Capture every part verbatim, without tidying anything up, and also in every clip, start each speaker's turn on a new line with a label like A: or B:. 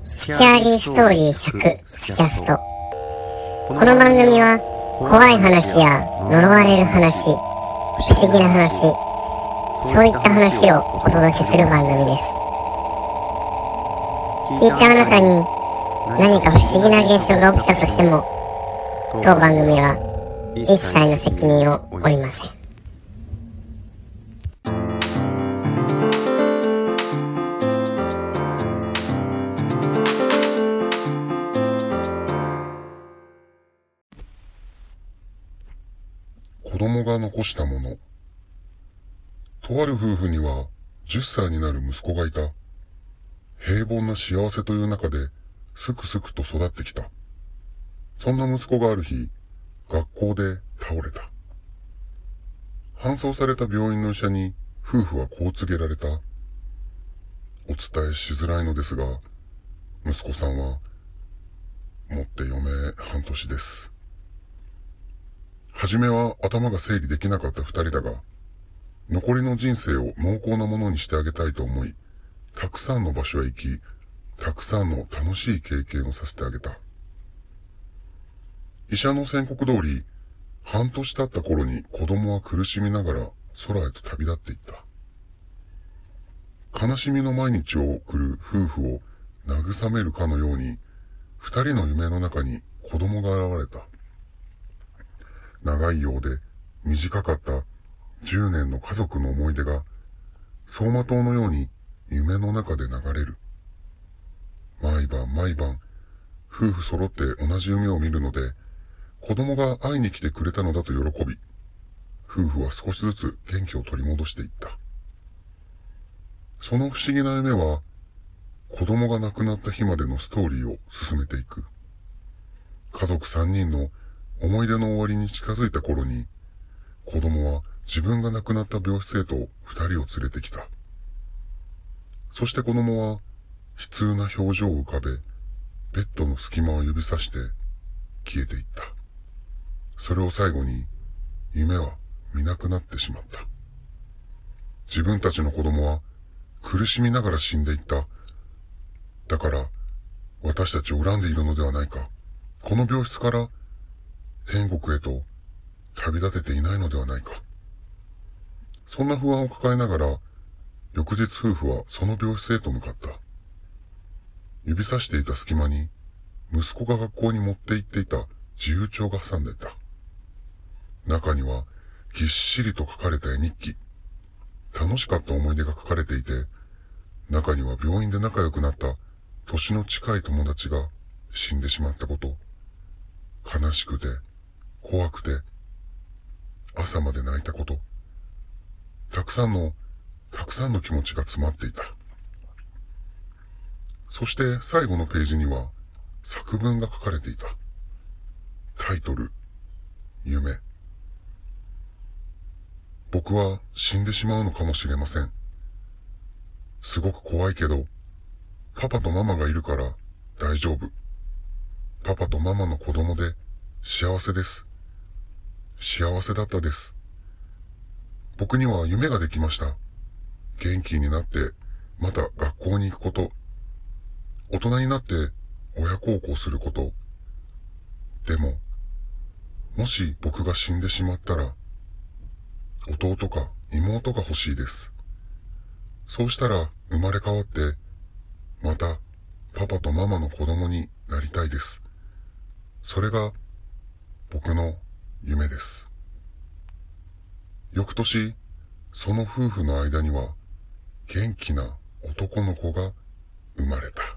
A: スキャーリーストーリーひゃくスキャスト。この番組は怖い話や呪われる話、不思議な話、そういった話をお届けする番組です。聞いたあなたに何か不思議な現象が起きたとしても、当番組は一切の責任を負いません。
B: 子供が残したもの。とある夫婦にはじゅっさいになる息子がいた。平凡な幸せという中ですくすくと育ってきた。そんな息子がある日、学校で倒れた。搬送された病院の医者に夫婦はこう告げられた。お伝えしづらいのですが、息子さんはもって余命半年です。はじめは頭が整理できなかった二人だが、残りの人生を濃厚なものにしてあげたいと思い、たくさんの場所へ行き、たくさんの楽しい経験をさせてあげた。医者の宣告通り、半年経った頃に子供は苦しみながら空へと旅立っていった。悲しみの毎日を送る夫婦を慰めるかのように、二人の夢の中に子供が現れた。長いようで短かったじゅうねんの家族の思い出が走馬灯のように夢の中で流れる。毎晩毎晩夫婦揃って同じ夢を見るので、子供が会いに来てくれたのだと喜び、夫婦は少しずつ元気を取り戻していった。その不思議な夢は子供が亡くなった日までのストーリーを進めていく。家族三人の思い出の終わりに近づいた頃に、子供は自分が亡くなった病室へと二人を連れてきた。そして子供は悲痛な表情を浮かべ、ベッドの隙間を指さして消えていった。それを最後に夢は見なくなってしまった。自分たちの子供は苦しみながら死んでいった。だから私たちを恨んでいるのではないか。この病室から天国へと旅立てていないのではないか。そんな不安を抱えながら、翌日夫婦はその病室へと向かった。指さしていた隙間に、息子が学校に持って行っていた自由帳が挟んでいた。中にはぎっしりと書かれた絵日記。楽しかった思い出が書かれていて、中には病院で仲良くなった年の近い友達が死んでしまったこと。悲しくて、怖くて、朝まで泣いたこと。たくさんの、たくさんの気持ちが詰まっていた。そして最後のページには作文が書かれていた。タイトル、夢。僕は死んでしまうのかもしれません。すごく怖いけど、パパとママがいるから大丈夫。パパとママの子供で幸せです。幸せだったです。僕には夢ができました。元気になってまた学校に行くこと。大人になって親孝行すること。でも、もし僕が死んでしまったら、弟か妹が欲しいです。そうしたら生まれ変わって、またパパとママの子供になりたいです。それが僕の夢です。翌年、その夫婦の間には元気な男の子が生まれた。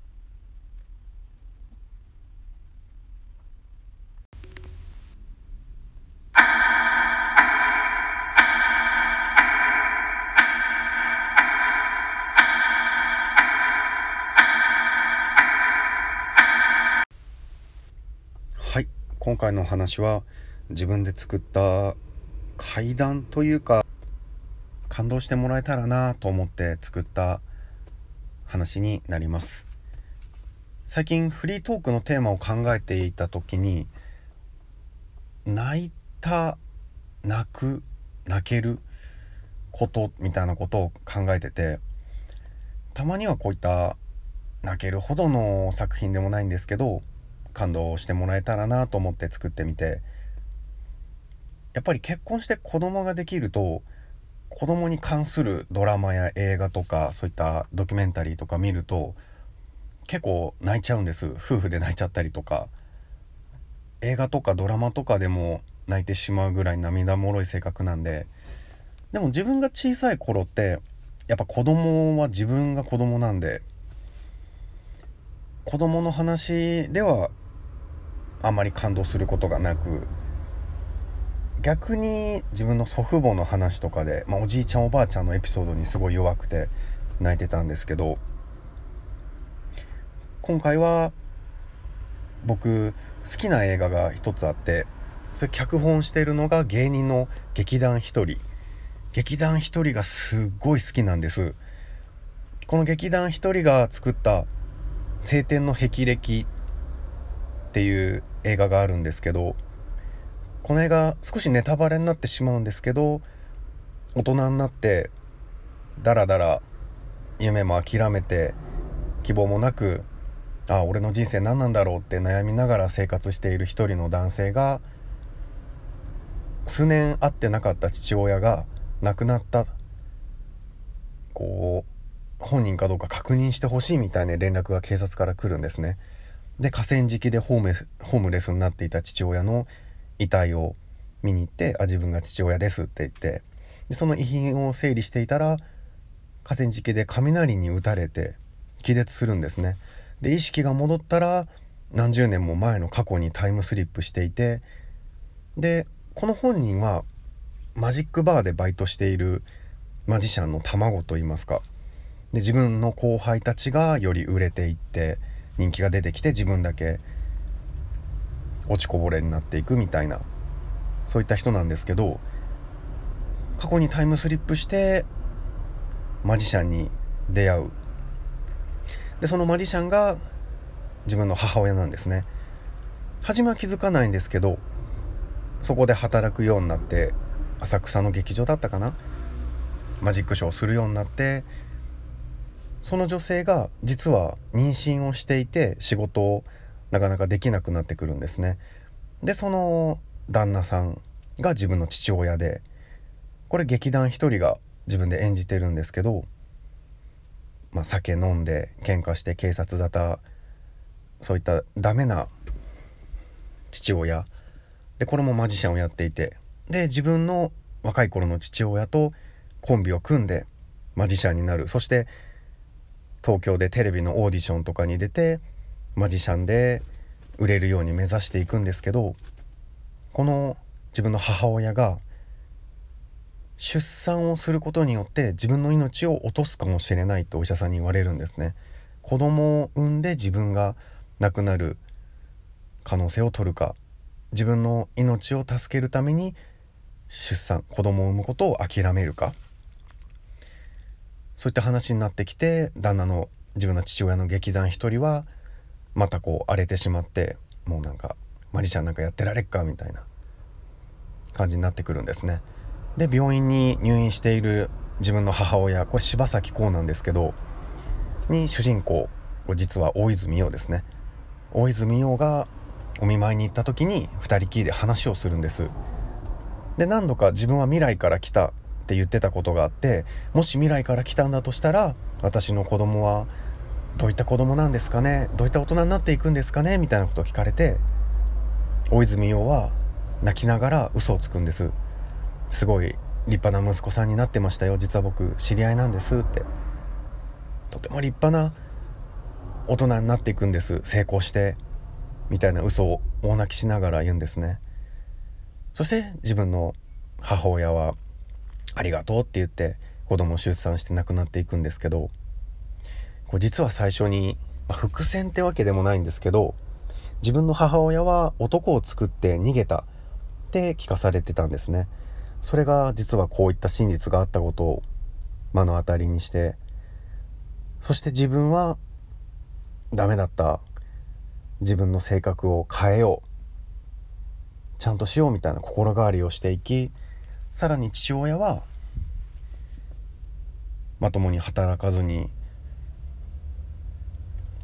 C: はい、今回のお話は自分で作った怪談というか、感動してもらえたらなと思って作った話になります。最近フリートークのテーマを考えていた時に、泣いた、泣く、泣けることみたいなことを考えてて、たまにはこういった泣けるほどの作品でもないんですけど、感動してもらえたらなと思って作ってみて、やっぱり結婚して子供ができると、子供に関するドラマや映画とかそういったドキュメンタリーとか見ると結構泣いちゃうんです。夫婦で泣いちゃったりとか、映画とかドラマとかでも泣いてしまうぐらい涙もろい性格なんで。でも自分が小さい頃ってやっぱ子供は自分が子供なんで、子供の話ではあまり感動することがなく、逆に自分の祖父母の話とかで、まあ、おじいちゃんおばあちゃんのエピソードにすごい弱くて泣いてたんですけど、今回は僕好きな映画が一つあって、それ脚本しているのが芸人の劇団ひとり。劇団ひとりがすごい好きなんです。この劇団ひとりが作った青天の霹靂っていう映画があるんですけど、この映画少しネタバレになってしまうんですけど、大人になってだらだら夢も諦めて希望もなく、あ、俺の人生何なんだろうって悩みながら生活している一人の男性が、数年会ってなかった父親が亡くなった、こう本人かどうか確認してほしいみたいな連絡が警察から来るんですね。で、河川敷でホームホームレスになっていた父親の遺体を見に行って、あ、自分が父親ですって言って、でその遺品を整理していたら、河川敷で雷に打たれて気絶するんですね。で、意識が戻ったら何十年も前の過去にタイムスリップしていて、でこの本人はマジックバーでバイトしているマジシャンの卵といいますか、で自分の後輩たちがより売れていって人気が出てきて、自分だけ落ちこぼれになっていくみたいな、そういった人なんですけど、過去にタイムスリップしてマジシャンに出会う。でそのマジシャンが自分の母親なんですね。初めは気づかないんですけど、そこで働くようになって、浅草の劇場だったかな、マジックショーをするようになって、その女性が実は妊娠をしていて仕事をなかなかできなくなってくるんですね。でその旦那さんが自分の父親で、これ劇団一人が自分で演じてるんですけど、まあ、酒飲んで喧嘩して警察沙汰、そういったダメな父親で、これもマジシャンをやっていて、で自分の若い頃の父親とコンビを組んでマジシャンになる。そして東京でテレビのオーディションとかに出てマジシャンで売れるように目指していくんですけど、この自分の母親が出産をすることによって自分の命を落とすかもしれないとお医者さんに言われるんですね。子供を産んで自分が亡くなる可能性を取るか、自分の命を助けるために出産、子供を産むことを諦めるか、そういった話になってきて、旦那の自分の父親の劇団一人はまたこう荒れてしまって、もうなんかマジシャンなんかやってられっかみたいな感じになってくるんですね。で病院に入院している自分の母親、これ柴咲コウなんですけどに主人公、これ実は大泉洋ですね。大泉洋がお見舞いに行った時に二人きりで話をするんです。で何度か自分は未来から来たって言ってたことがあって、もし未来から来たんだとしたら私の子供はどういった子供なんですかね、どういった大人になっていくんですかねみたいなことを聞かれて、大泉洋は泣きながら嘘をつくんです。すごい立派な息子さんになってましたよ、実は僕知り合いなんですって。とても立派な大人になっていくんです、成功してみたいな嘘を大泣きしながら言うんですね。そして自分の母親はありがとうって言って子供を出産して亡くなっていくんですけど、これ実は最初に、まあ、伏線ってわけでもないんですけど、自分の母親は男を作って逃げたって聞かされてたんですね。それが実はこういった真実があったことを目の当たりにして、そして自分はダメだった、自分の性格を変えよう、ちゃんとしようみたいな心変わりをしていき、さらに父親はまともに働かずに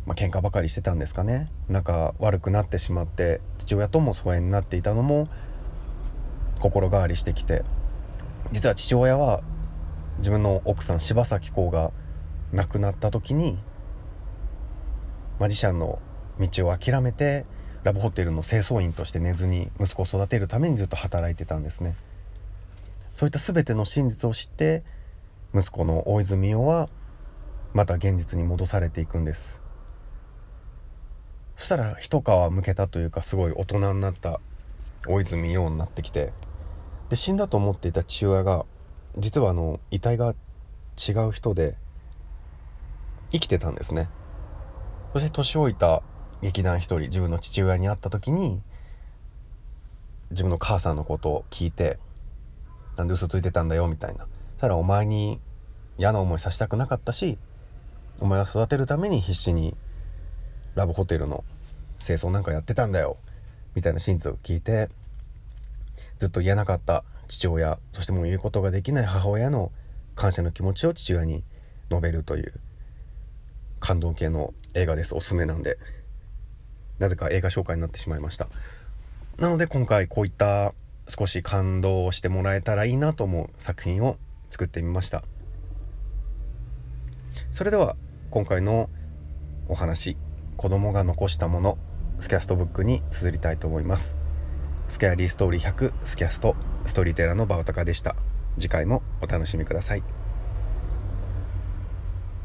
C: まあ、喧嘩ばかりしてたんですかね。仲悪くなってしまって、父親とも疎遠になっていたのも心変わりしてきて、実は父親は自分の奥さん柴咲コウが亡くなった時にマジシャンの道を諦めてラブホテルの清掃員として寝ずに息子を育てるためにずっと働いてたんですね。そういった全ての真実を知って息子の大泉洋はまた現実に戻されていくんです。そしたら一皮むけたというか、すごい大人になった大泉洋になってきて、で死んだと思っていた父親が実はあの遺体が違う人で生きてたんですね。そして年老いた劇団一人、自分の父親に会った時に自分の母さんのことを聞いて、なんで嘘ついてたんだよみたいな。ただお前に嫌な思いさせたくなかったし、お前を育てるために必死にラブホテルの清掃なんかやってたんだよみたいな真実を聞いて、ずっと言えなかった父親、そしてもう言うことができない母親の感謝の気持ちを父親に述べるという感動系の映画です。おすすめなんで、なぜか映画紹介になってしまいました。なので今回こういった少し感動してもらえたらいいなと思う作品を作ってみました。それでは今回のお話、子供が残したものスキャストブックに綴りたいと思います。スキャリーストーリーひゃくスキャスト、ストーリーテラーのバオタカでした。次回もお楽しみください。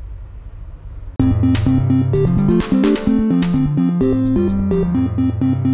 A: Thank you.